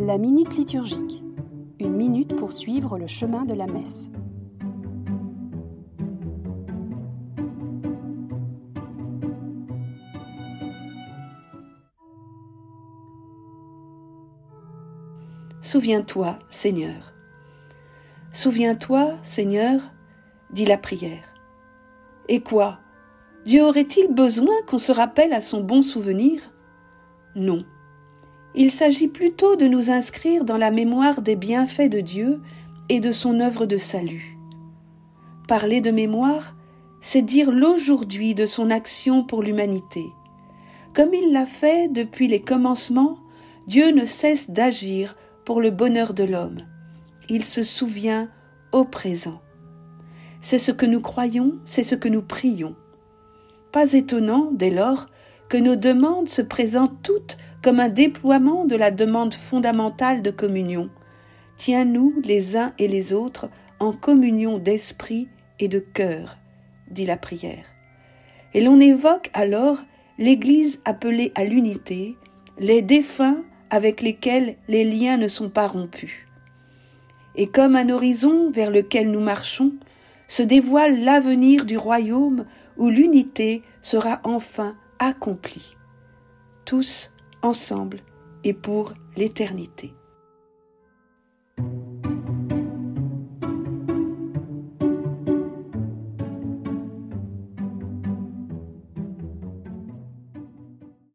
La minute liturgique. Une minute pour suivre le chemin de la messe. Souviens-toi, Seigneur. Souviens-toi, Seigneur, dit la prière. Et quoi? Dieu aurait-il besoin qu'on se rappelle à son bon souvenir? Non. Il s'agit plutôt de nous inscrire dans la mémoire des bienfaits de Dieu et de son œuvre de salut. Parler de mémoire, c'est dire l'aujourd'hui de son action pour l'humanité. Comme il l'a fait depuis les commencements, Dieu ne cesse d'agir pour le bonheur de l'homme. Il se souvient au présent. C'est ce que nous croyons, c'est ce que nous prions. Pas étonnant, dès lors, que nos demandes se présentent toutes comme un déploiement de la demande fondamentale de communion. Tiens-nous les uns et les autres en communion d'esprit et de cœur, dit la prière. Et l'on évoque alors l'Église appelée à l'unité, les défunts avec lesquels les liens ne sont pas rompus. Et comme un horizon vers lequel nous marchons, se dévoile l'avenir du royaume où l'unité sera enfin accomplie. Tous ensemble et pour l'éternité.